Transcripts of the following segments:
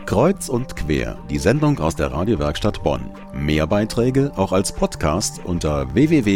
Kreuz und quer, die Sendung aus der Radiowerkstatt Bonn. Mehr Beiträge auch als Podcast unter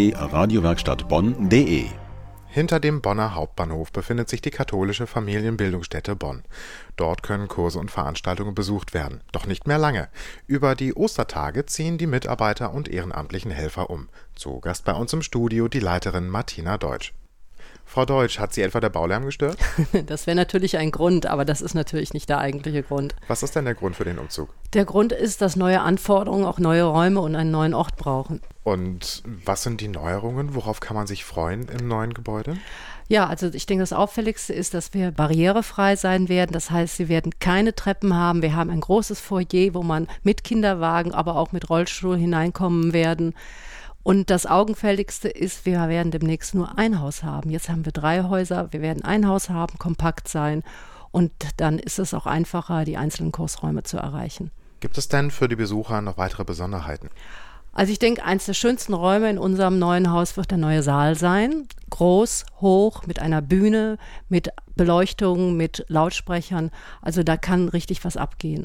www.radiowerkstattbonn.de. Hinter dem Bonner Hauptbahnhof befindet sich die katholische Familienbildungsstätte Bonn. Dort können Kurse und Veranstaltungen besucht werden. Doch nicht mehr lange. Über die Ostertage ziehen die Mitarbeiter und ehrenamtlichen Helfer um. Zu Gast bei uns im Studio die Leiterin Martina Deutsch. Frau Deutsch, hat Sie etwa der Baulärm gestört? Das wäre natürlich ein Grund, aber das ist natürlich nicht der eigentliche Grund. Was ist denn der Grund für den Umzug? Der Grund ist, dass neue Anforderungen auch neue Räume und einen neuen Ort brauchen. Und was sind die Neuerungen? Worauf kann man sich freuen im neuen Gebäude? Ja, also ich denke, das Auffälligste ist, dass wir barrierefrei sein werden. Das heißt, Sie werden keine Treppen haben. Wir haben ein großes Foyer, wo man mit Kinderwagen, aber auch mit Rollstuhl hineinkommen werden. Und das Augenfälligste ist, wir werden demnächst nur ein Haus haben. Jetzt haben wir 3 Häuser, wir werden ein Haus haben, kompakt sein und dann ist es auch einfacher, die einzelnen Kursräume zu erreichen. Gibt es denn für die Besucher noch weitere Besonderheiten? Also ich denke, eins der schönsten Räume in unserem neuen Haus wird der neue Saal sein. Groß, hoch, mit einer Bühne, mit Beleuchtung, mit Lautsprechern. Also da kann richtig was abgehen.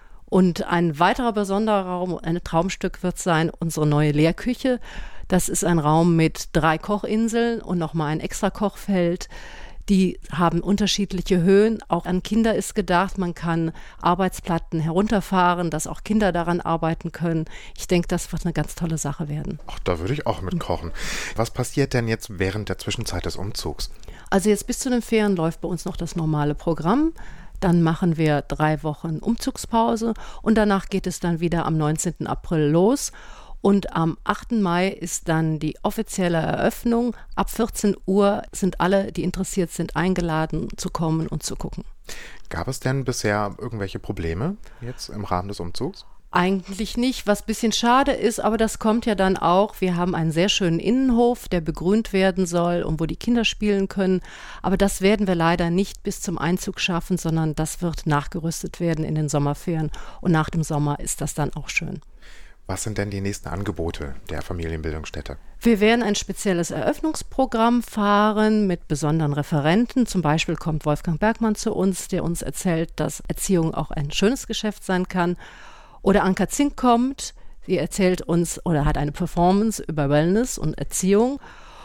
Und ein weiterer besonderer Raum, ein Traumstück wird sein, unsere neue Lehrküche. Das ist ein Raum mit 3 Kochinseln und nochmal ein extra Kochfeld. Die haben unterschiedliche Höhen. Auch an Kinder ist gedacht. Man kann Arbeitsplatten herunterfahren, dass auch Kinder daran arbeiten können. Ich denke, das wird eine ganz tolle Sache werden. Ach, da würde ich auch mit kochen. Was passiert denn jetzt während der Zwischenzeit des Umzugs? Also jetzt bis zu den Ferien läuft bei uns noch das normale Programm. Dann machen wir 3 Wochen Umzugspause und danach geht es dann wieder am 19. April los. Und am 8. Mai ist dann die offizielle Eröffnung. Ab 14 Uhr sind alle, die interessiert sind, eingeladen zu kommen und zu gucken. Gab es denn bisher irgendwelche Probleme jetzt im Rahmen des Umzugs? Eigentlich nicht, was ein bisschen schade ist, aber das kommt ja dann auch. Wir haben einen sehr schönen Innenhof, der begrünt werden soll und wo die Kinder spielen können. Aber das werden wir leider nicht bis zum Einzug schaffen, sondern das wird nachgerüstet werden in den Sommerferien. Und nach dem Sommer ist das dann auch schön. Was sind denn die nächsten Angebote der Familienbildungsstätte? Wir werden ein spezielles Eröffnungsprogramm fahren mit besonderen Referenten. Zum Beispiel kommt Wolfgang Bergmann zu uns, der uns erzählt, dass Erziehung auch ein schönes Geschäft sein kann. Oder Anka Zink kommt, sie erzählt uns oder hat eine Performance über Wellness und Erziehung.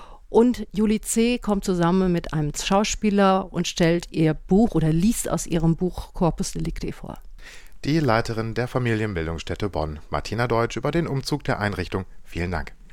Und Julie C. kommt zusammen mit einem Schauspieler und stellt ihr Buch oder liest aus ihrem Buch Corpus Delicti vor. Die Leiterin der Familienbildungsstätte Bonn, Martina Deutsch, über den Umzug der Einrichtung. Vielen Dank.